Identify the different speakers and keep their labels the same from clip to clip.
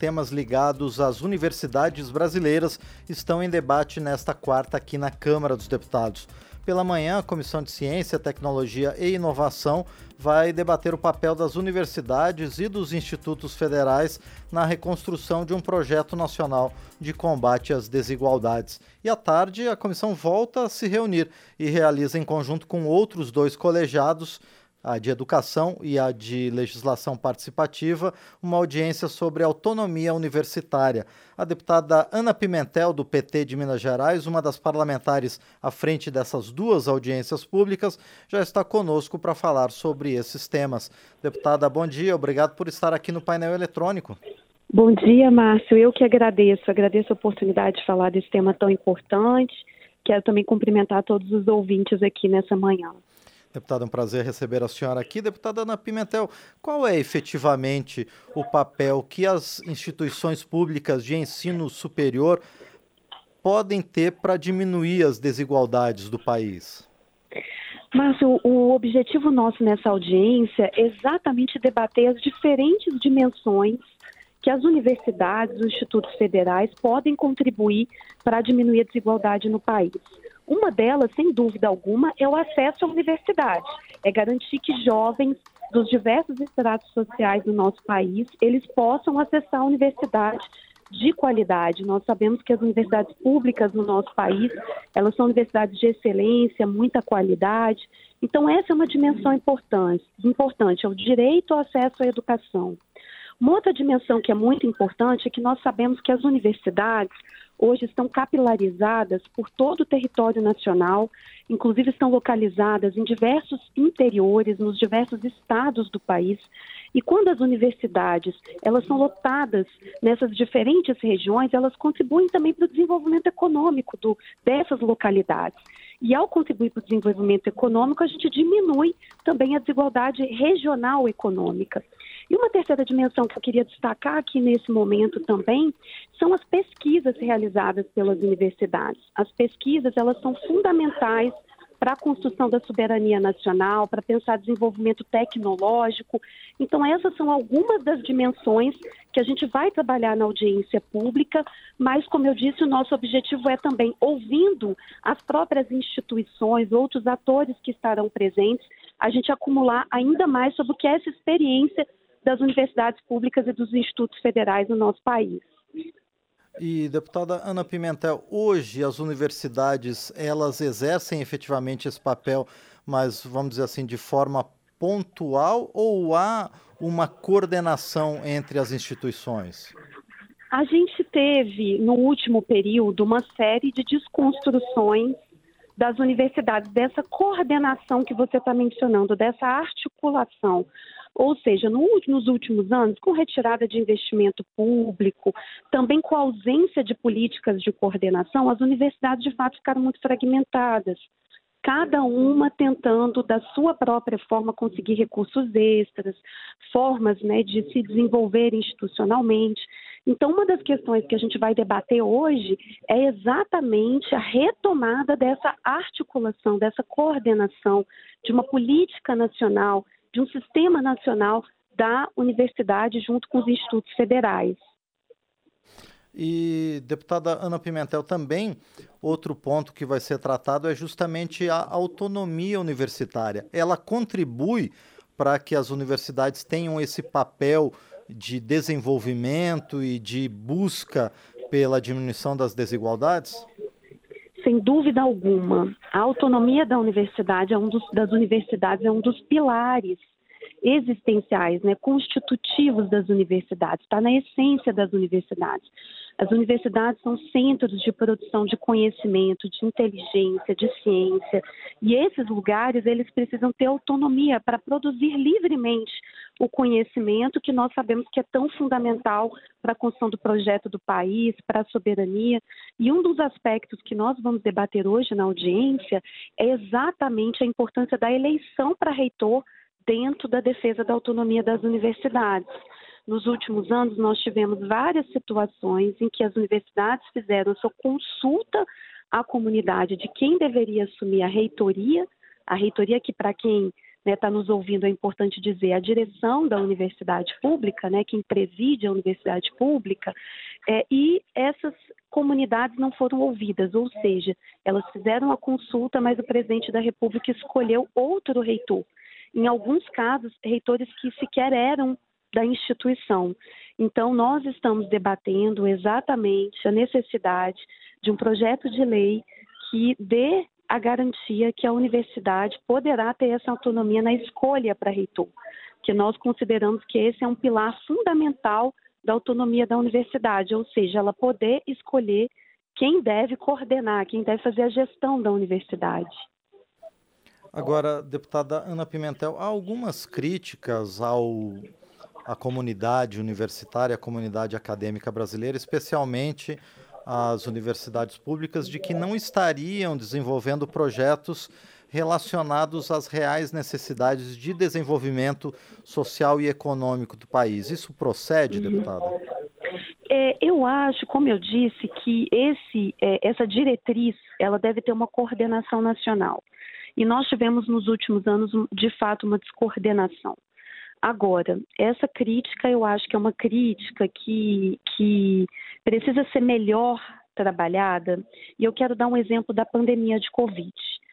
Speaker 1: temas ligados às universidades brasileiras estão em debate nesta quarta aqui na Câmara dos Deputados. Pela manhã, a Comissão de Ciência, Tecnologia e Inovação vai debater o papel das universidades e dos institutos federais na reconstrução de um projeto nacional de combate às desigualdades. E à tarde, a comissão volta a se reunir e realiza em conjunto com outros dois colegiados, a de Educação e a de Legislação Participativa, uma audiência sobre autonomia universitária. A deputada Ana Pimentel, do PT de Minas Gerais, uma das parlamentares à frente dessas duas audiências públicas, já está conosco para falar sobre esses temas. Deputada, bom dia, obrigado por estar aqui no painel eletrônico.
Speaker 2: Bom dia, Márcio, eu que agradeço a oportunidade de falar desse tema tão importante. Quero também cumprimentar todos os ouvintes aqui nessa manhã.
Speaker 1: Deputada, é um prazer receber a senhora aqui. Deputada Ana Pimentel, qual é efetivamente o papel que as instituições públicas de ensino superior podem ter para diminuir as desigualdades do país?
Speaker 2: Márcio, o objetivo nosso nessa audiência é exatamente debater as diferentes dimensões que as universidades, os institutos federais podem contribuir para diminuir a desigualdade no país. Uma delas, sem dúvida alguma, é o acesso à universidade. É garantir que jovens dos diversos estratos sociais do nosso país, eles possam acessar a universidade de qualidade. Nós sabemos que as universidades públicas no nosso país, elas são universidades de excelência, muita qualidade. Então, essa é uma dimensão importante, é o direito ao acesso à educação. Uma outra dimensão que é muito importante é que nós sabemos que as universidades hoje estão capilarizadas por todo o território nacional, inclusive estão localizadas em diversos interiores, nos diversos estados do país. E quando as universidades elas são lotadas nessas diferentes regiões, elas contribuem também para o desenvolvimento econômico dessas localidades. E ao contribuir para o desenvolvimento econômico, a gente diminui também a desigualdade regional econômica. E uma terceira dimensão que eu queria destacar aqui nesse momento também são as pesquisas realizadas pelas universidades. As pesquisas, elas são fundamentais para a construção da soberania nacional, para pensar desenvolvimento tecnológico. Então, essas são algumas das dimensões que a gente vai trabalhar na audiência pública, mas, como eu disse, o nosso objetivo é também, ouvindo as próprias instituições, outros atores que estarão presentes, a gente acumular ainda mais sobre o que é essa experiência das universidades públicas e dos institutos federais no nosso país.
Speaker 1: E, deputada Ana Pimentel, hoje as universidades, elas exercem efetivamente esse papel, mas, vamos dizer assim, de forma pontual, ou há uma coordenação entre as instituições?
Speaker 2: A gente teve, no último período, uma série de desconstruções das universidades, dessa coordenação que você está mencionando, dessa articulação. Ou seja, nos últimos anos, com retirada de investimento público, também com a ausência de políticas de coordenação, as universidades, de fato, ficaram muito fragmentadas. Cada uma tentando, da sua própria forma, conseguir recursos extras, formas, de se desenvolver institucionalmente. Então, uma das questões que a gente vai debater hoje é exatamente a retomada dessa articulação, dessa coordenação de uma política nacional, de um sistema nacional da universidade junto com os institutos federais.
Speaker 1: E, deputada Ana Pimentel, também outro ponto que vai ser tratado é justamente a autonomia universitária. Ela contribui para que as universidades tenham esse papel de desenvolvimento e de busca pela diminuição das desigualdades?
Speaker 2: Sem dúvida alguma. A autonomia da universidade das universidades é um dos pilares existenciais, constitutivos das universidades, está na essência das universidades. As universidades são centros de produção de conhecimento, de inteligência, de ciência, e esses lugares eles precisam ter autonomia para produzir livremente o conhecimento que nós sabemos que é tão fundamental para a construção do projeto do país, para a soberania. E um dos aspectos que nós vamos debater hoje na audiência é exatamente a importância da eleição para reitor dentro da defesa da autonomia das universidades. Nos últimos anos, nós tivemos várias situações em que as universidades fizeram a sua consulta à comunidade de quem deveria assumir a reitoria que, para quem está nos ouvindo, é importante dizer, a direção da universidade pública, né, quem preside a universidade pública, e essas comunidades não foram ouvidas, ou seja, elas fizeram a consulta, mas o presidente da República escolheu outro reitor. Em alguns casos, reitores que sequer eram da instituição. Então, nós estamos debatendo exatamente a necessidade de um projeto de lei que dê a garantia que a universidade poderá ter essa autonomia na escolha para reitor, que nós consideramos que esse é um pilar fundamental da autonomia da universidade, ou seja, ela poder escolher quem deve coordenar, quem deve fazer a gestão da universidade.
Speaker 1: Agora, deputada Ana Pimentel, há algumas críticas à comunidade universitária, à comunidade acadêmica brasileira, especialmente às universidades públicas, de que não estariam desenvolvendo projetos relacionados às reais necessidades de desenvolvimento social e econômico do país. Isso procede, deputada?
Speaker 2: Eu acho, como eu disse, que essa diretriz ela deve ter uma coordenação nacional. E nós tivemos nos últimos anos, de fato, uma descoordenação. Agora, essa crítica eu acho que é uma crítica que precisa ser melhor trabalhada, e eu quero dar um exemplo da pandemia de Covid.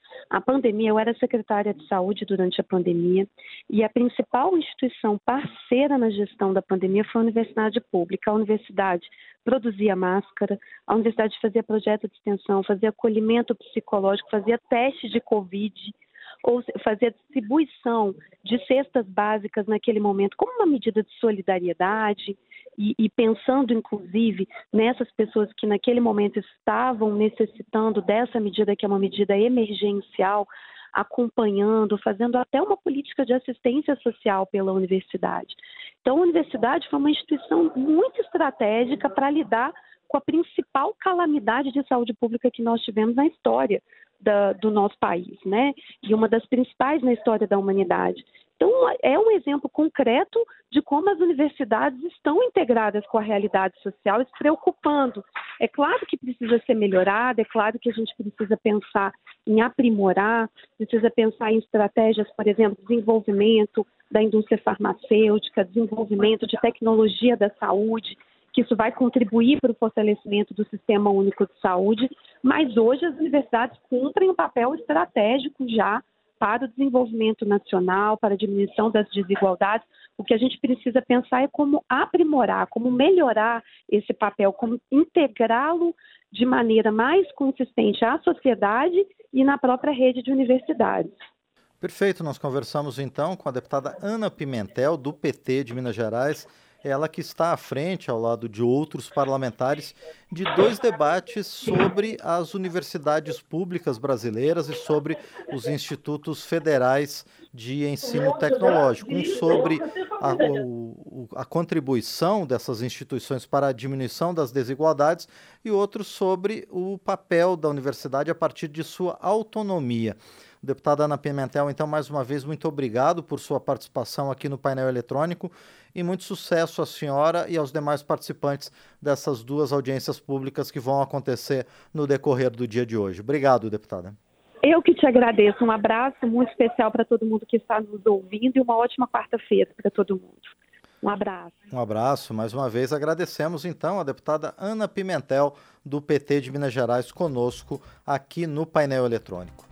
Speaker 2: A pandemia, eu era secretária de saúde durante a pandemia, e a principal instituição parceira na gestão da pandemia foi a universidade pública. A universidade produzia máscara, a universidade fazia projeto de extensão, fazia acolhimento psicológico, fazia teste de Covid, ou fazia distribuição de cestas básicas naquele momento como uma medida de solidariedade e pensando, inclusive, nessas pessoas que naquele momento estavam necessitando dessa medida, que é uma medida emergencial, acompanhando, fazendo até uma política de assistência social pela universidade. Então, a universidade foi uma instituição muito estratégica para lidar com a principal calamidade de saúde pública que nós tivemos na história do nosso país, né? E uma das principais na história da humanidade. Então, é um exemplo concreto de como as universidades estão integradas com a realidade social e se preocupando. É claro que precisa ser melhorado, é claro que a gente precisa pensar em aprimorar, precisa pensar em estratégias, por exemplo, desenvolvimento da indústria farmacêutica, desenvolvimento de tecnologia da saúde, que isso vai contribuir para o fortalecimento do Sistema Único de Saúde, mas hoje as universidades cumprem um papel estratégico já para o desenvolvimento nacional, para a diminuição das desigualdades. O que a gente precisa pensar é como aprimorar, como melhorar esse papel, como integrá-lo de maneira mais consistente à sociedade e na própria rede de universidades.
Speaker 1: Perfeito, nós conversamos então com a deputada Ana Pimentel, do PT de Minas Gerais, ela que está à frente, ao lado de outros parlamentares, de 2 debates sobre as universidades públicas brasileiras e sobre os institutos federais de ensino tecnológico. Um sobre a contribuição dessas instituições para a diminuição das desigualdades e outro sobre o papel da universidade a partir de sua autonomia. Deputada Ana Pimentel, então, mais uma vez, muito obrigado por sua participação aqui no painel eletrônico e muito sucesso à senhora e aos demais participantes dessas 2 audiências públicas que vão acontecer no decorrer do dia de hoje. Obrigado, deputada.
Speaker 2: Eu que te agradeço. Um abraço muito especial para todo mundo que está nos ouvindo e uma ótima quarta-feira para todo mundo. Um abraço.
Speaker 1: Um abraço. Mais uma vez agradecemos, então, a deputada Ana Pimentel, do PT de Minas Gerais, conosco aqui no painel eletrônico.